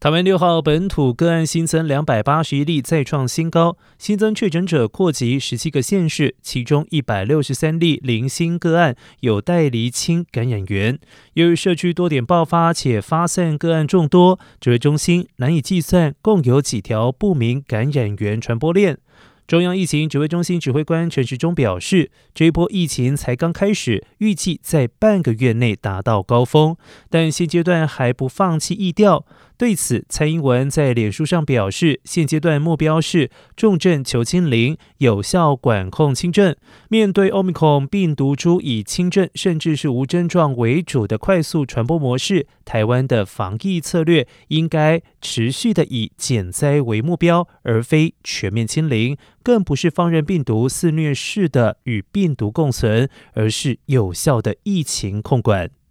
台湾6号本土个案新增281例，再创新高，新增确诊者扩及17个县市，其中163例零星个案有待厘清感染源。由于社区多点爆发且发散个案众多，指挥中心难以计算共有几条不明感染源传播链。中央疫情指挥中心指挥官陈时中表示，这一波疫情才刚开始，预计在半个月内达到高峰，但现阶段还不放弃疫调。对此，蔡英文在脸书上表示，现阶段目标是重症求清零，有效管控轻症。面对 Omicron 病毒株以轻症甚至是无症状为主的快速传播模式，台湾的防疫策略应该持续的以减灾为目标，而非全面清零，更不是放任病毒肆虐式的与病毒共存，而是有效的疫情控管。